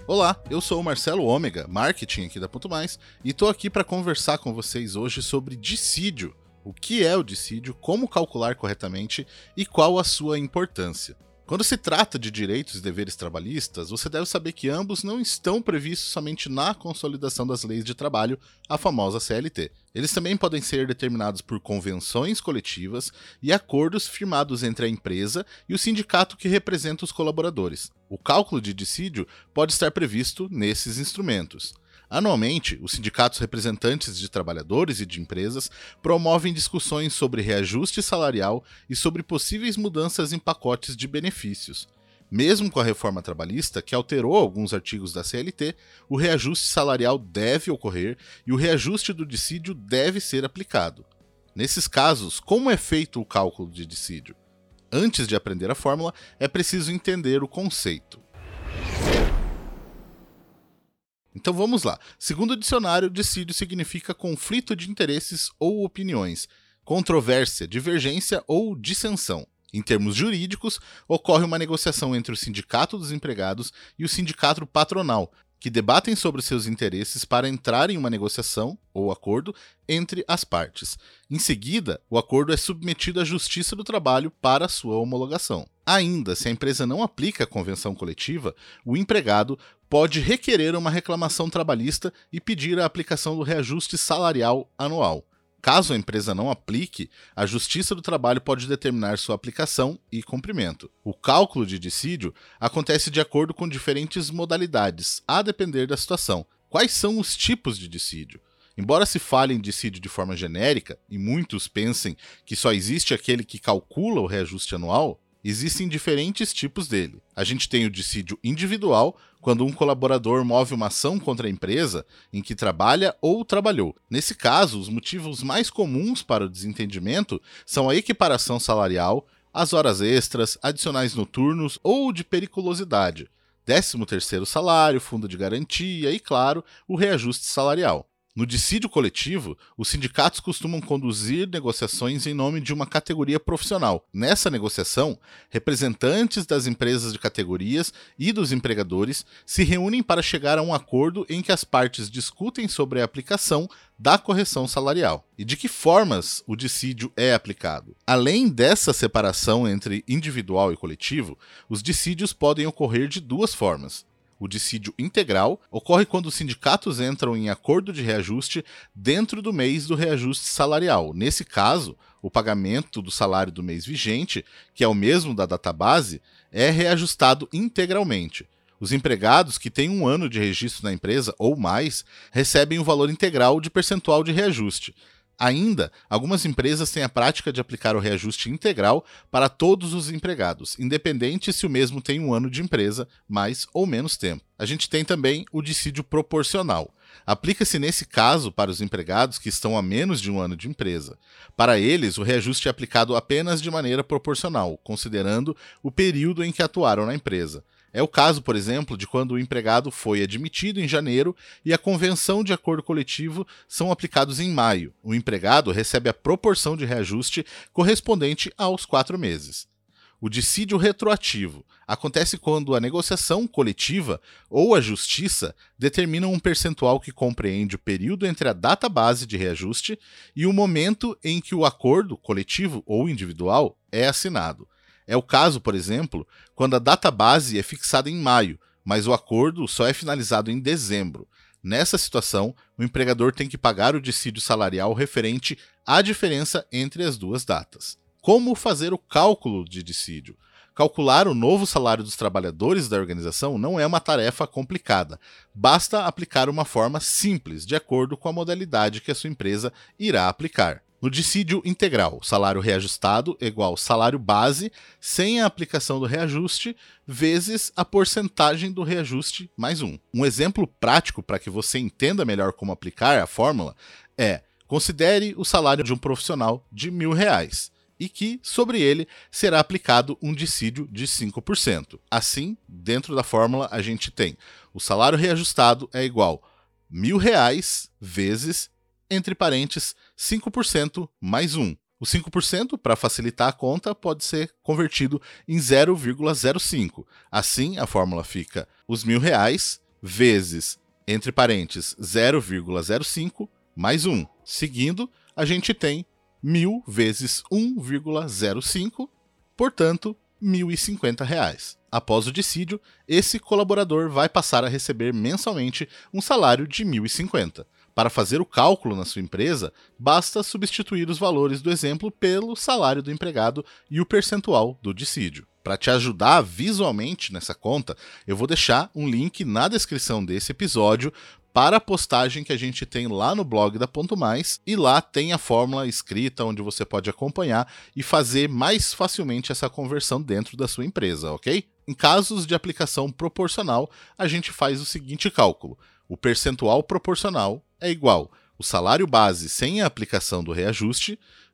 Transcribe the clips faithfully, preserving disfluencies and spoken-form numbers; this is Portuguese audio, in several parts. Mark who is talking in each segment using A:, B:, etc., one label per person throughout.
A: Olá, eu sou o Marcelo Ômega, marketing aqui da Ponto Mais, e tô aqui para conversar com vocês hoje sobre dissídio. O que é o dissídio, como calcular corretamente e qual a sua importância. Quando se trata de direitos e deveres trabalhistas, você deve saber que ambos não estão previstos somente na Consolidação das Leis de Trabalho, a famosa C L T. Eles também podem ser determinados por convenções coletivas e acordos firmados entre a empresa e o sindicato que representa os colaboradores. O cálculo de dissídio pode estar previsto nesses instrumentos. Anualmente, os sindicatos representantes de trabalhadores e de empresas promovem discussões sobre reajuste salarial e sobre possíveis mudanças em pacotes de benefícios. Mesmo com a reforma trabalhista, que alterou alguns artigos da C L T, o reajuste salarial deve ocorrer e o reajuste do dissídio deve ser aplicado. Nesses casos, como é feito o cálculo de dissídio? Antes de aprender a fórmula, é preciso entender o conceito. Então vamos lá. Segundo o dicionário, dissídio significa conflito de interesses ou opiniões, controvérsia, divergência ou dissensão. Em termos jurídicos, ocorre uma negociação entre o sindicato dos empregados e o sindicato patronal, que debatem sobre seus interesses para entrar em uma negociação ou acordo entre as partes. Em seguida, o acordo é submetido à Justiça do Trabalho para sua homologação. Ainda, se a empresa não aplica a convenção coletiva, o empregado pode requerer uma reclamação trabalhista e pedir a aplicação do reajuste salarial anual. Caso a empresa não aplique, a Justiça do Trabalho pode determinar sua aplicação e cumprimento. O cálculo de dissídio acontece de acordo com diferentes modalidades, a depender da situação. Quais são os tipos de dissídio? Embora se fale em dissídio de forma genérica, e muitos pensem que só existe aquele que calcula o reajuste anual, existem diferentes tipos dele. A gente tem o dissídio individual, quando um colaborador move uma ação contra a empresa em que trabalha ou trabalhou. Nesse caso, os motivos mais comuns para o desentendimento são a equiparação salarial, as horas extras, adicionais noturnos ou de periculosidade, décimo terceiro salário, fundo de garantia e, claro, o reajuste salarial. No dissídio coletivo, os sindicatos costumam conduzir negociações em nome de uma categoria profissional. Nessa negociação, representantes das empresas de categorias e dos empregadores se reúnem para chegar a um acordo em que as partes discutem sobre a aplicação da correção salarial e de que formas o dissídio é aplicado. Além dessa separação entre individual e coletivo, os dissídios podem ocorrer de duas formas. O dissídio integral ocorre quando os sindicatos entram em acordo de reajuste dentro do mês do reajuste salarial. Nesse caso, o pagamento do salário do mês vigente, que é o mesmo da database, é reajustado integralmente. Os empregados que têm um ano de registro na empresa ou mais recebem o valor integral de percentual de reajuste. Ainda, algumas empresas têm a prática de aplicar o reajuste integral para todos os empregados, independente se o mesmo tem um ano de empresa, mais ou menos tempo. A gente tem também o dissídio proporcional. Aplica-se nesse caso para os empregados que estão há menos de um ano de empresa. Para eles, o reajuste é aplicado apenas de maneira proporcional, considerando o período em que atuaram na empresa. É o caso, por exemplo, de quando o empregado foi admitido em janeiro e a convenção de acordo coletivo são aplicados em maio. O empregado recebe a proporção de reajuste correspondente aos quatro meses. O dissídio retroativo acontece quando a negociação coletiva ou a justiça determinam um percentual que compreende o período entre a data base de reajuste e o momento em que o acordo coletivo ou individual é assinado. É o caso, por exemplo, quando a data base é fixada em maio, mas o acordo só é finalizado em dezembro. Nessa situação, o empregador tem que pagar o dissídio salarial referente à diferença entre as duas datas. Como fazer o cálculo de dissídio? Calcular o novo salário dos trabalhadores da organização não é uma tarefa complicada. Basta aplicar uma forma simples, de acordo com a modalidade que a sua empresa irá aplicar. No dissídio integral, salário reajustado é igual salário base sem a aplicação do reajuste vezes a porcentagem do reajuste mais um. Um exemplo prático para que você entenda melhor como aplicar a fórmula é: considere o salário de um profissional de mil reais e que, sobre ele, será aplicado um dissídio de cinco por cento. Assim, dentro da fórmula, a gente tem o salário reajustado é igual mil reais vezes entre parênteses, cinco por cento mais um. O cinco por cento, para facilitar a conta, pode ser convertido em zero vírgula zero cinco. Assim, a fórmula fica os mil reais vezes, entre parênteses, zero vírgula zero cinco mais um. Seguindo, a gente tem mil vezes um vírgula zero cinco, portanto, mil e cinquenta reais. Após o dissídio, esse colaborador vai passar a receber mensalmente um salário de mil e cinquenta. Para fazer o cálculo na sua empresa, basta substituir os valores do exemplo pelo salário do empregado e o percentual do dissídio. Para te ajudar visualmente nessa conta, eu vou deixar um link na descrição desse episódio para a postagem que a gente tem lá no blog da Ponto Mais, e lá tem a fórmula escrita onde você pode acompanhar e fazer mais facilmente essa conversão dentro da sua empresa, ok? Em casos de aplicação proporcional, a gente faz o seguinte cálculo: o percentual proporcional é igual o salário base sem a aplicação do reajuste,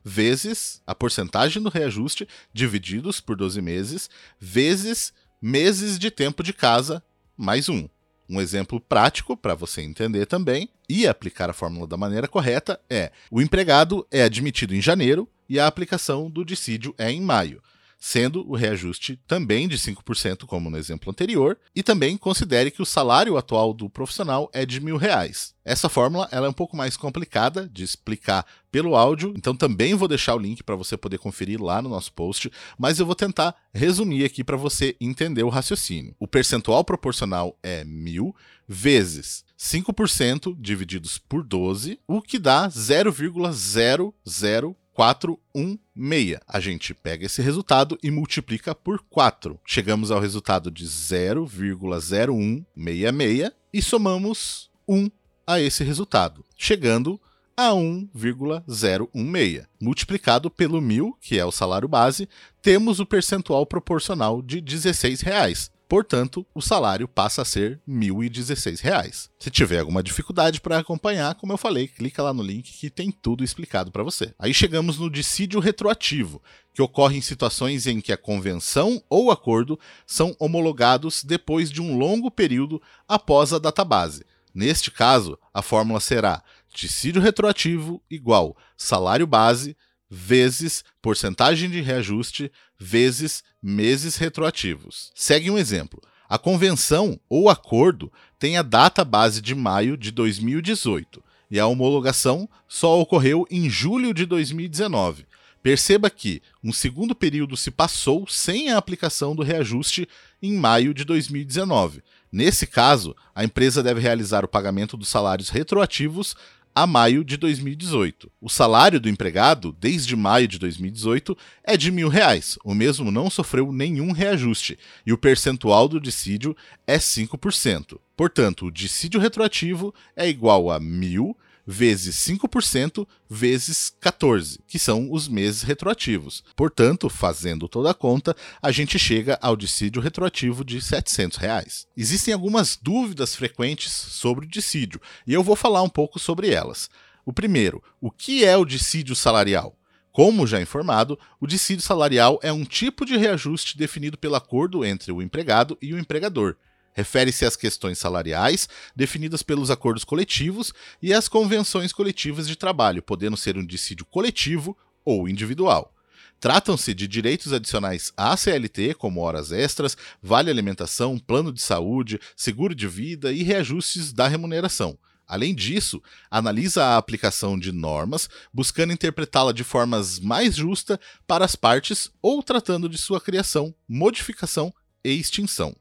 A: vezes a porcentagem do reajuste, divididos por doze meses, vezes meses de tempo de casa, mais um. Um exemplo prático para você entender também e aplicar a fórmula da maneira correta é: o empregado é admitido em janeiro e a aplicação do dissídio é em maio, sendo o reajuste também de cinco por cento, como no exemplo anterior, e também considere que o salário atual do profissional é de mil reais. Essa fórmula ela é um pouco mais complicada de explicar pelo áudio, então também vou deixar o link para você poder conferir lá no nosso post, mas eu vou tentar resumir aqui para você entender o raciocínio. O percentual proporcional é mil vezes cinco por cento divididos por doze, o que dá zero vírgula zero zero quatro um seis. A gente pega esse resultado e multiplica por quatro. Chegamos ao resultado de zero vírgula zero um seis seis e somamos um a esse resultado, chegando a um vírgula zero um seis. Multiplicado pelo mil, que é o salário base, temos o percentual proporcional de dezesseis reais. Portanto, o salário passa a ser mil e dezesseis reais. Se tiver alguma dificuldade para acompanhar, como eu falei, clica lá no link que tem tudo explicado para você. Aí chegamos no dissídio retroativo, que ocorre em situações em que a convenção ou acordo são homologados depois de um longo período após a data base. Neste caso, a fórmula será dissídio retroativo igual salário base vezes porcentagem de reajuste vezes meses retroativos. Segue um exemplo. A convenção ou acordo tem a data base de maio de dois mil e dezoito e a homologação só ocorreu em julho de dois mil e dezenove. Perceba que um segundo período se passou sem a aplicação do reajuste em maio de dois mil e dezenove. Nesse caso, a empresa deve realizar o pagamento dos salários retroativos a maio de dois mil e dezoito. O salário do empregado, desde maio de dois mil e dezoito, é de mil reais. O mesmo não sofreu nenhum reajuste e o percentual do dissídio é cinco por cento. Portanto, o dissídio retroativo é igual a mil vezes cinco por cento vezes quatorze, que são os meses retroativos. Portanto, fazendo toda a conta, a gente chega ao dissídio retroativo de setecentos reais. Existem algumas dúvidas frequentes sobre o dissídio, e eu vou falar um pouco sobre elas. O primeiro, o que é o dissídio salarial? Como já informado, o dissídio salarial é um tipo de reajuste definido pelo acordo entre o empregado e o empregador. Refere-se às questões salariais, definidas pelos acordos coletivos, e às convenções coletivas de trabalho, podendo ser um dissídio coletivo ou individual. Tratam-se de direitos adicionais à C L T, como horas extras, vale alimentação, plano de saúde, seguro de vida e reajustes da remuneração. Além disso, analisa a aplicação de normas, buscando interpretá-la de formas mais justa para as partes ou tratando de sua criação, modificação e extinção.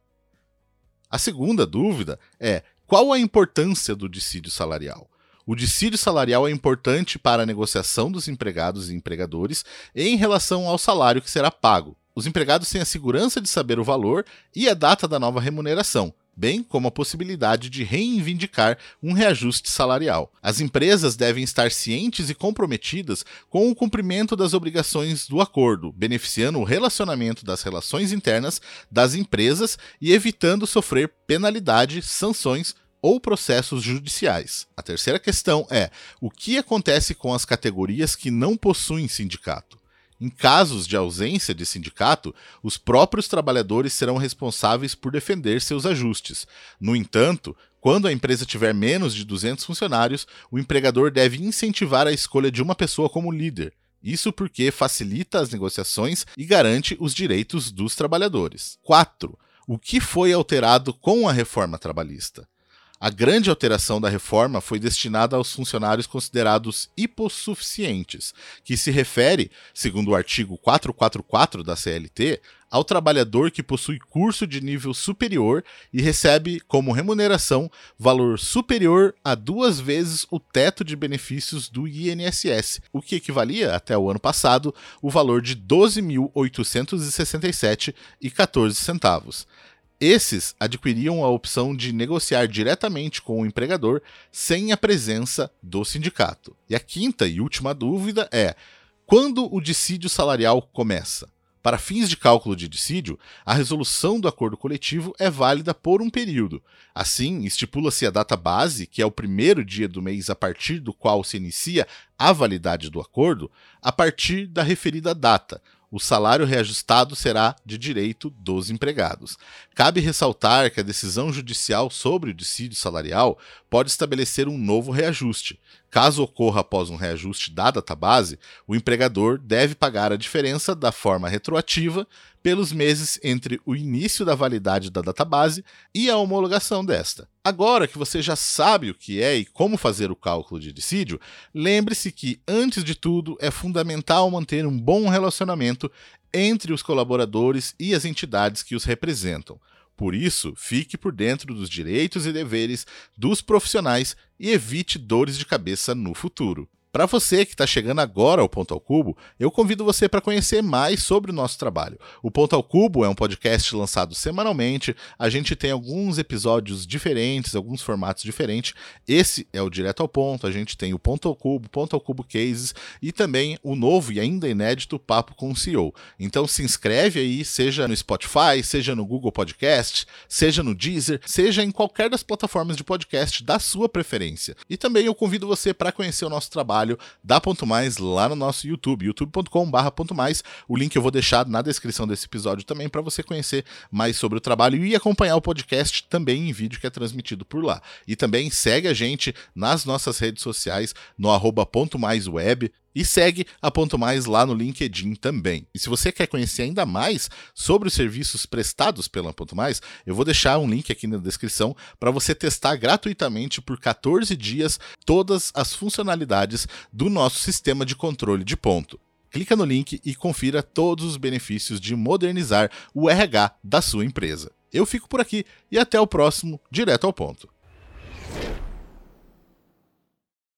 A: A segunda dúvida é: qual a importância do dissídio salarial? O dissídio salarial é importante para a negociação dos empregados e empregadores em relação ao salário que será pago. Os empregados têm a segurança de saber o valor e a data da nova remuneração, bem como a possibilidade de reivindicar um reajuste salarial. As empresas devem estar cientes e comprometidas com o cumprimento das obrigações do acordo, beneficiando o relacionamento das relações internas das empresas e evitando sofrer penalidade, sanções ou processos judiciais. A terceira questão é: o que acontece com as categorias que não possuem sindicato? Em casos de ausência de sindicato, os próprios trabalhadores serão responsáveis por defender seus ajustes. No entanto, quando a empresa tiver menos de duzentos funcionários, o empregador deve incentivar a escolha de uma pessoa como líder. Isso porque facilita as negociações e garante os direitos dos trabalhadores. quatro. O que foi alterado com a reforma trabalhista? A grande alteração da reforma foi destinada aos funcionários considerados hipossuficientes, que se refere, segundo o artigo quatrocentos e quarenta e quatro da C L T, ao trabalhador que possui curso de nível superior e recebe como remuneração valor superior a duas vezes o teto de benefícios do I N S S, o que equivalia, até o ano passado, o valor de doze mil oitocentos e sessenta e sete reais e quatorze centavos. Esses adquiriam a opção de negociar diretamente com o empregador sem a presença do sindicato. E a quinta e última dúvida é: quando o dissídio salarial começa? Para fins de cálculo de dissídio, a resolução do acordo coletivo é válida por um período. Assim, estipula-se a data base, que é o primeiro dia do mês a partir do qual se inicia a validade do acordo, a partir da referida data. O salário reajustado será de direito dos empregados. Cabe ressaltar que a decisão judicial sobre o dissídio salarial pode estabelecer um novo reajuste. Caso ocorra após um reajuste da database, o empregador deve pagar a diferença da forma retroativa pelos meses entre o início da validade da database e a homologação desta. Agora que você já sabe o que é e como fazer o cálculo de dissídio, lembre-se que, antes de tudo, é fundamental manter um bom relacionamento entre os colaboradores e as entidades que os representam. Por isso, fique por dentro dos direitos e deveres dos profissionais e evite dores de cabeça no futuro. Para você que está chegando agora ao Ponto ao Cubo, eu convido você para conhecer mais sobre o nosso trabalho. O Ponto ao Cubo é um podcast lançado semanalmente, a gente tem alguns episódios diferentes, alguns formatos diferentes. Esse é o Direto ao Ponto, a gente tem o Ponto ao Cubo, Ponto ao Cubo Cases e também o novo e ainda inédito Papo com o C E O. Então se inscreve aí, seja no Spotify, seja no Google Podcast, seja no Deezer, seja em qualquer das plataformas de podcast da sua preferência. E também eu convido você para conhecer o nosso trabalho da Ponto Mais lá no nosso YouTube, youtube ponto com barra ponto mais. O link eu vou deixar na descrição desse episódio também para você conhecer mais sobre o trabalho e acompanhar o podcast também em vídeo que é transmitido por lá. E também segue a gente nas nossas redes sociais no arroba ponto mais web. E segue a Ponto Mais lá no LinkedIn também. E se você quer conhecer ainda mais sobre os serviços prestados pela Ponto Mais, eu vou deixar um link aqui na descrição para você testar gratuitamente por quatorze dias todas as funcionalidades do nosso sistema de controle de ponto. Clica no link e confira todos os benefícios de modernizar o R H da sua empresa. Eu fico por aqui e até o próximo Direto ao Ponto.